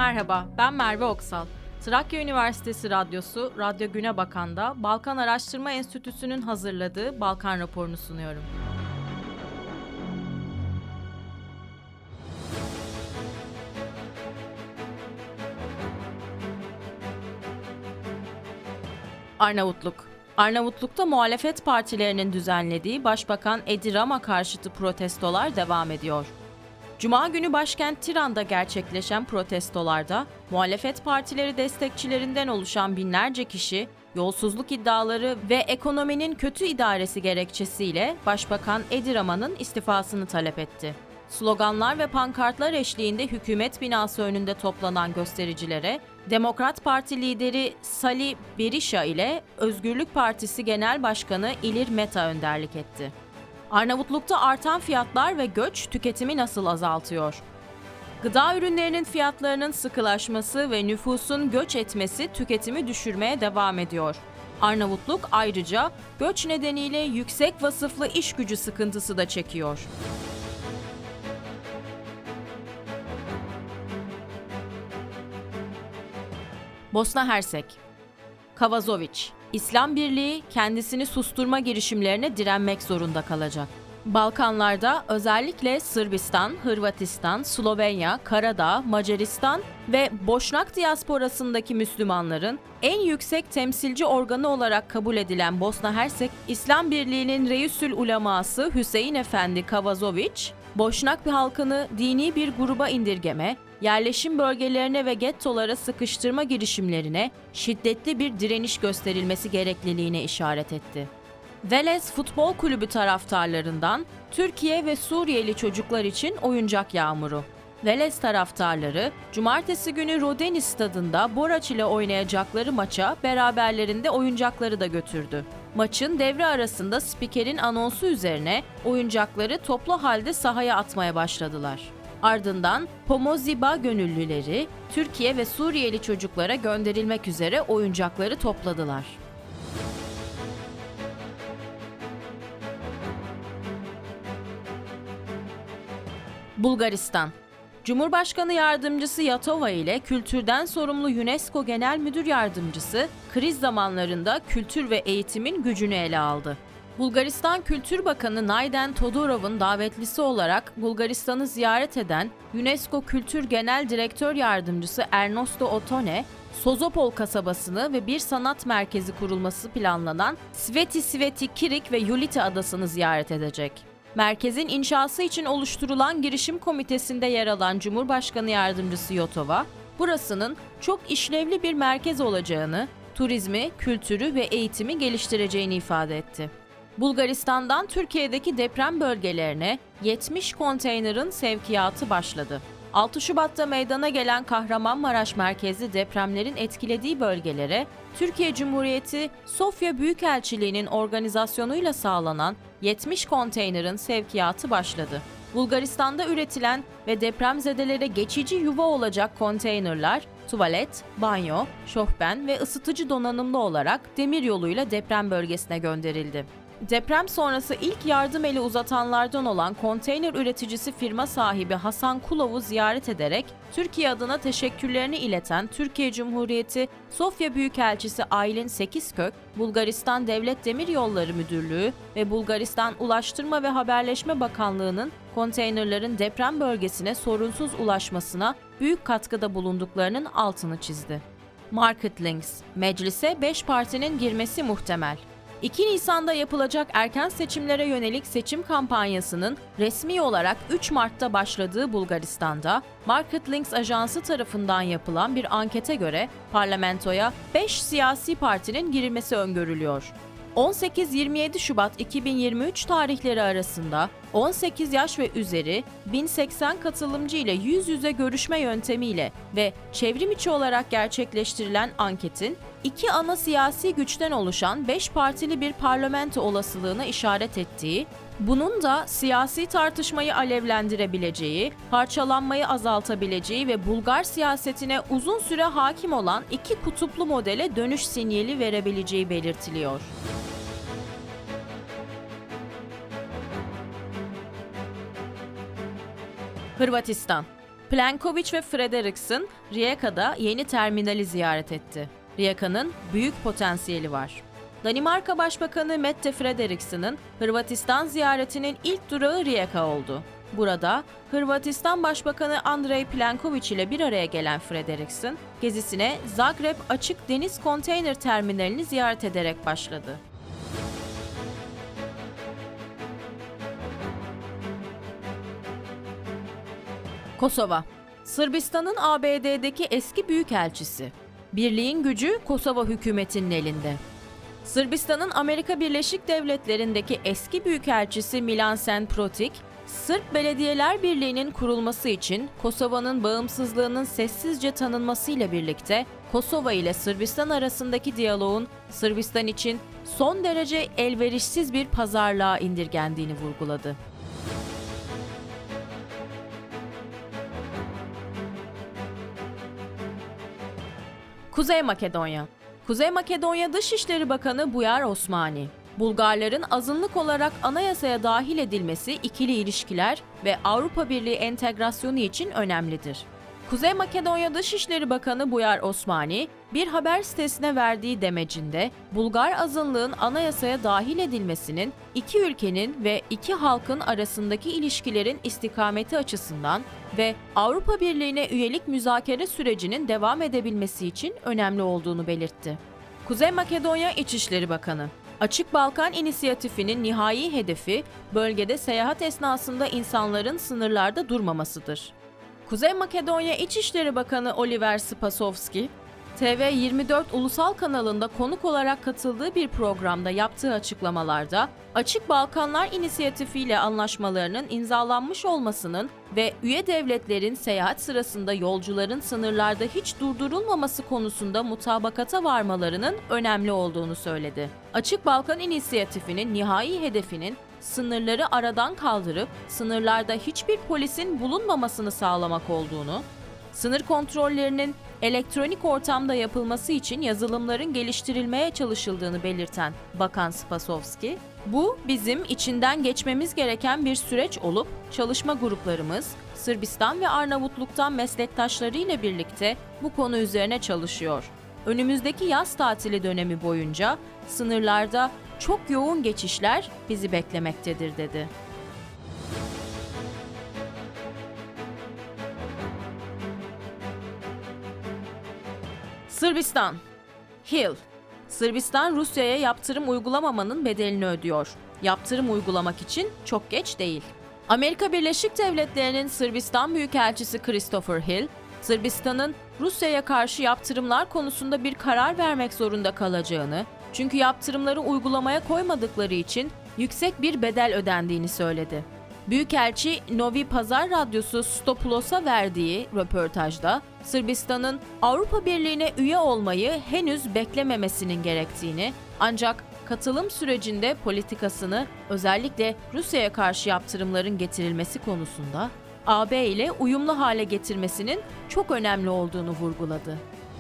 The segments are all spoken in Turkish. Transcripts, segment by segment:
Merhaba, ben Merve Oksal. Trakya Üniversitesi Radyosu, Radyo Güne Bakan'da Balkan Araştırma Enstitüsü'nün hazırladığı Balkan raporunu sunuyorum. Arnavutluk'ta muhalefet partilerinin düzenlediği Başbakan Edi Rama karşıtı protestolar devam ediyor. Cuma günü başkent Tiran'da gerçekleşen protestolarda muhalefet partileri destekçilerinden oluşan binlerce kişi yolsuzluk iddiaları ve ekonominin kötü idaresi gerekçesiyle Başbakan Edi Rama'nın istifasını talep etti. Sloganlar ve pankartlar eşliğinde hükümet binası önünde toplanan göstericilere Demokrat Parti lideri Sali Berisha ile Özgürlük Partisi Genel Başkanı İlir Meta önderlik etti. Arnavutluk'ta artan fiyatlar ve göç tüketimi nasıl azaltıyor? Gıda ürünlerinin fiyatlarının sıkılaşması ve nüfusun göç etmesi tüketimi düşürmeye devam ediyor. Arnavutluk ayrıca göç nedeniyle yüksek vasıflı iş gücü sıkıntısı da çekiyor. Bosna Hersek. Kavazović, İslam Birliği kendisini susturma girişimlerine direnmek zorunda kalacak. Balkanlarda özellikle Sırbistan, Hırvatistan, Slovenya, Karadağ, Macaristan ve Boşnak diasporasındaki Müslümanların en yüksek temsilci organı olarak kabul edilen Bosna Hersek, İslam Birliği'nin Reisül Uleması Hüseyin Efendi Kavazović, Boşnak halkını dini bir gruba indirgeme, yerleşim bölgelerine ve gettolara sıkıştırma girişimlerine şiddetli bir direniş gösterilmesi gerekliliğine işaret etti. Velez Futbol Kulübü taraftarlarından Türkiye ve Suriyeli çocuklar için oyuncak yağmuru. Velez taraftarları, cumartesi günü Rodeni stadında Boraç ile oynayacakları maça beraberlerinde oyuncakları da götürdü. Maçın devre arasında spikerin anonsu üzerine oyuncakları toplu halde sahaya atmaya başladılar. Ardından Pomoziba gönüllüleri Türkiye ve Suriyeli çocuklara gönderilmek üzere oyuncakları topladılar. Bulgaristan. Cumhurbaşkanı Yardımcısı Yatova ile kültürden sorumlu UNESCO Genel Müdür Yardımcısı kriz zamanlarında kültür ve eğitimin gücünü ele aldı. Bulgaristan Kültür Bakanı Nayden Todorov'un davetlisi olarak Bulgaristan'ı ziyaret eden UNESCO Kültür Genel Direktör Yardımcısı Ernesto Otone, Sozopol kasabasını ve bir sanat merkezi kurulması planlanan Sveti Kirik ve Yulita adasını ziyaret edecek. Merkezin inşası için oluşturulan girişim komitesinde yer alan Cumhurbaşkanı Yardımcısı Yotova, burasının çok işlevli bir merkez olacağını, turizmi, kültürü ve eğitimi geliştireceğini ifade etti. Bulgaristan'dan Türkiye'deki deprem bölgelerine 70 konteynerin sevkiyatı başladı. 6 Şubat'ta meydana gelen Kahramanmaraş merkezli depremlerin etkilediği bölgelere Türkiye Cumhuriyeti Sofya Büyükelçiliği'nin organizasyonuyla sağlanan 70 konteynerin sevkiyatı başladı. Bulgaristan'da üretilen ve depremzedelere geçici yuva olacak konteynerler, tuvalet, banyo, şofben ve ısıtıcı donanımlı olarak demiryoluyla deprem bölgesine gönderildi. Deprem sonrası ilk yardım eli uzatanlardan olan konteyner üreticisi firma sahibi Hasan Kulov'u ziyaret ederek Türkiye adına teşekkürlerini ileten Türkiye Cumhuriyeti Sofya Büyükelçisi Aylin Sekizkök, Bulgaristan Devlet Demiryolları Müdürlüğü ve Bulgaristan Ulaştırma ve Haberleşme Bakanlığı'nın konteynerlerin deprem bölgesine sorunsuz ulaşmasına büyük katkıda bulunduklarının altını çizdi. Market Links, meclise 5 partinin girmesi muhtemel. 2 Nisan'da yapılacak erken seçimlere yönelik seçim kampanyasının resmi olarak 3 Mart'ta başladığı Bulgaristan'da, Market Links ajansı tarafından yapılan bir ankete göre parlamentoya 5 siyasi partinin girmesi öngörülüyor. 18-27 Şubat 2023 tarihleri arasında 18 yaş ve üzeri 1080 katılımcı ile yüz yüze görüşme yöntemiyle ve çevrim içi olarak gerçekleştirilen anketin 2 ana siyasi güçten oluşan 5 partili bir parlamento olasılığına işaret ettiği, bunun da siyasi tartışmayı alevlendirebileceği, parçalanmayı azaltabileceği ve Bulgar siyasetine uzun süre hakim olan 2 kutuplu modele dönüş sinyali verebileceği belirtiliyor. Hırvatistan. Plenković ve Frederiksen, Rijeka'da yeni terminali ziyaret etti. Rijeka'nın büyük potansiyeli var. Danimarka Başbakanı Mette Frederiksen'in Hırvatistan ziyaretinin ilk durağı Rijeka oldu. Burada Hırvatistan Başbakanı Andrej Plenković ile bir araya gelen Frederiksen, gezisine Zagreb Açık Deniz Konteyner Terminalini ziyaret ederek başladı. Kosova. Sırbistan'ın ABD'deki eski büyükelçisi. Birliğin gücü Kosova hükümetinin elinde. Sırbistan'ın Amerika Birleşik Devletleri'ndeki eski büyükelçisi Milansen Protic, Sırp Belediyeler Birliği'nin kurulması için Kosova'nın bağımsızlığının sessizce tanınmasıyla birlikte Kosova ile Sırbistan arasındaki diyaloğun Sırbistan için son derece elverişsiz bir pazarlığa indirgendiğini vurguladı. Kuzey Makedonya. Kuzey Makedonya Dışişleri Bakanı Bujar Osmani, Bulgarların azınlık olarak anayasaya dahil edilmesi ikili ilişkiler ve Avrupa Birliği entegrasyonu için önemlidir. Kuzey Makedonya Dışişleri Bakanı Bujar Osmani, bir haber sitesine verdiği demecinde, Bulgar azınlığın anayasaya dahil edilmesinin iki ülkenin ve iki halkın arasındaki ilişkilerin istikameti açısından ve Avrupa Birliği'ne üyelik müzakere sürecinin devam edebilmesi için önemli olduğunu belirtti. Kuzey Makedonya İçişleri Bakanı, Açık Balkan İnisiyatifi'nin nihai hedefi, bölgede seyahat esnasında insanların sınırlarda durmamasıdır. Kuzey Makedonya İçişleri Bakanı Oliver Spasovski, TV24 ulusal kanalında konuk olarak katıldığı bir programda yaptığı açıklamalarda, Açık Balkanlar İnisiyatifi ile anlaşmalarının imzalanmış olmasının ve üye devletlerin seyahat sırasında yolcuların sınırlarda hiç durdurulmaması konusunda mutabakata varmalarının önemli olduğunu söyledi. Açık Balkan İnisiyatifi'nin nihai hedefinin sınırları aradan kaldırıp sınırlarda hiçbir polisin bulunmamasını sağlamak olduğunu, sınır kontrollerinin elektronik ortamda yapılması için yazılımların geliştirilmeye çalışıldığını belirten Bakan Spasovski, bu bizim içinden geçmemiz gereken bir süreç olup çalışma gruplarımız Sırbistan ve Arnavutluk'tan meslektaşlarıyla birlikte bu konu üzerine çalışıyor. Önümüzdeki yaz tatili dönemi boyunca sınırlarda çok yoğun geçişler bizi beklemektedir dedi. Sırbistan. Hill. Sırbistan Rusya'ya yaptırım uygulamamanın bedelini ödüyor. Yaptırım uygulamak için çok geç değil. Amerika Birleşik Devletleri'nin Sırbistan Büyükelçisi Christopher Hill, Sırbistan'ın Rusya'ya karşı yaptırımlar konusunda bir karar vermek zorunda kalacağını, çünkü yaptırımları uygulamaya koymadıkları için yüksek bir bedel ödendiğini söyledi. Büyükelçi Novi Pazar Radyosu Stopulos'a verdiği röportajda Sırbistan'ın Avrupa Birliği'ne üye olmayı henüz beklememesinin gerektiğini, ancak katılım sürecinde politikasını özellikle Rusya'ya karşı yaptırımların getirilmesi konusunda AB ile uyumlu hale getirmesinin çok önemli olduğunu vurguladı.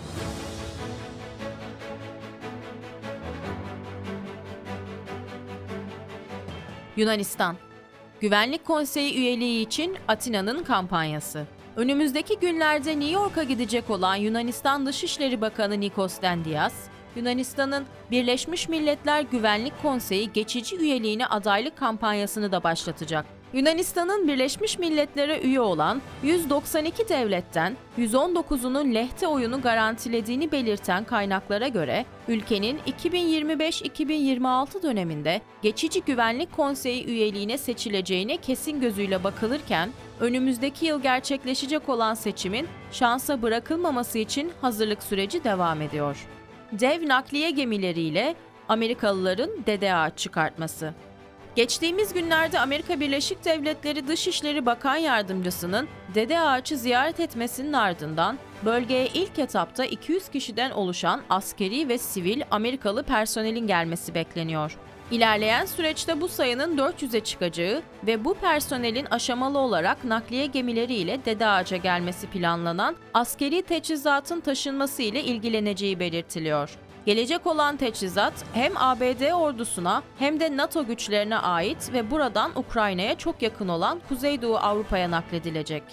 Yunanistan. Güvenlik Konseyi üyeliği için Atina'nın kampanyası. Önümüzdeki günlerde New York'a gidecek olan Yunanistan Dışişleri Bakanı Nikos Dendias, Yunanistan'ın Birleşmiş Milletler Güvenlik Konseyi geçici üyeliğine adaylık kampanyasını da başlatacak. Yunanistan'ın Birleşmiş Milletler'e üye olan 192 devletten 119'unun lehte oyunu garantilediğini belirten kaynaklara göre, ülkenin 2025-2026 döneminde geçici Güvenlik Konseyi üyeliğine seçileceğine kesin gözüyle bakılırken, önümüzdeki yıl gerçekleşecek olan seçimin şansa bırakılmaması için hazırlık süreci devam ediyor. Dev nakliye gemileriyle Amerikalıların DDA çıkartması. Geçtiğimiz günlerde Amerika Birleşik Devletleri Dışişleri Bakan Yardımcısının Dede Ağaç'ı ziyaret etmesinin ardından bölgeye ilk etapta 200 kişiden oluşan askeri ve sivil Amerikalı personelin gelmesi bekleniyor. İlerleyen süreçte bu sayının 400'e çıkacağı ve bu personelin aşamalı olarak nakliye gemileriyle Dede Ağaç'a gelmesi planlanan askeri teçhizatın taşınması ile ilgileneceği belirtiliyor. Gelecek olan teçhizat hem ABD ordusuna hem de NATO güçlerine ait ve buradan Ukrayna'ya çok yakın olan Kuzeydoğu Avrupa'ya nakledilecek.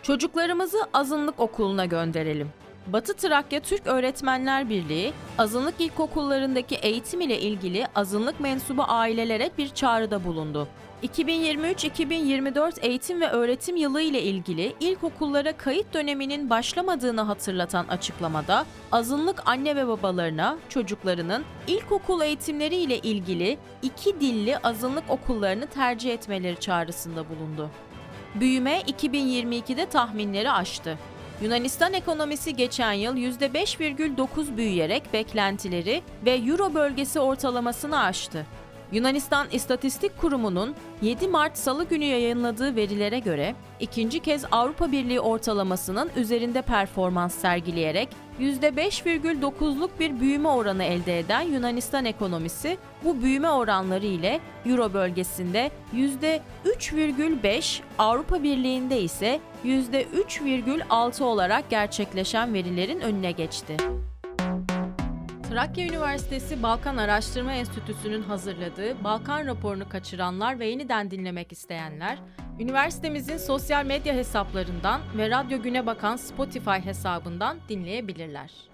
Çocuklarımızı azınlık okuluna gönderelim. Batı Trakya Türk Öğretmenler Birliği, azınlık ilkokullarındaki eğitim ile ilgili azınlık mensubu ailelere bir çağrıda bulundu. 2023-2024 eğitim ve öğretim yılı ile ilgili ilkokullara kayıt döneminin başlamadığını hatırlatan açıklamada, azınlık anne ve babalarına çocuklarının ilkokul eğitimleri ile ilgili 2 dilli azınlık okullarını tercih etmeleri çağrısında bulundu. Büyüme 2022'de tahminleri aştı. Yunanistan ekonomisi geçen yıl %5,9 büyüyerek beklentileri ve Euro bölgesi ortalamasını aştı. Yunanistan İstatistik Kurumu'nun 7 Mart Salı günü yayınladığı verilere göre ikinci kez Avrupa Birliği ortalamasının üzerinde performans sergileyerek %5,9'luk bir büyüme oranı elde eden Yunanistan ekonomisi bu büyüme oranları ile Euro bölgesinde %3,5, Avrupa Birliği'nde ise %3,6 olarak gerçekleşen verilerin önüne geçti. Trakya Üniversitesi Balkan Araştırma Enstitüsü'nün hazırladığı Balkan raporunu kaçıranlar ve yeniden dinlemek isteyenler, üniversitemizin sosyal medya hesaplarından ve Radyo Güne Bakan Spotify hesabından dinleyebilirler.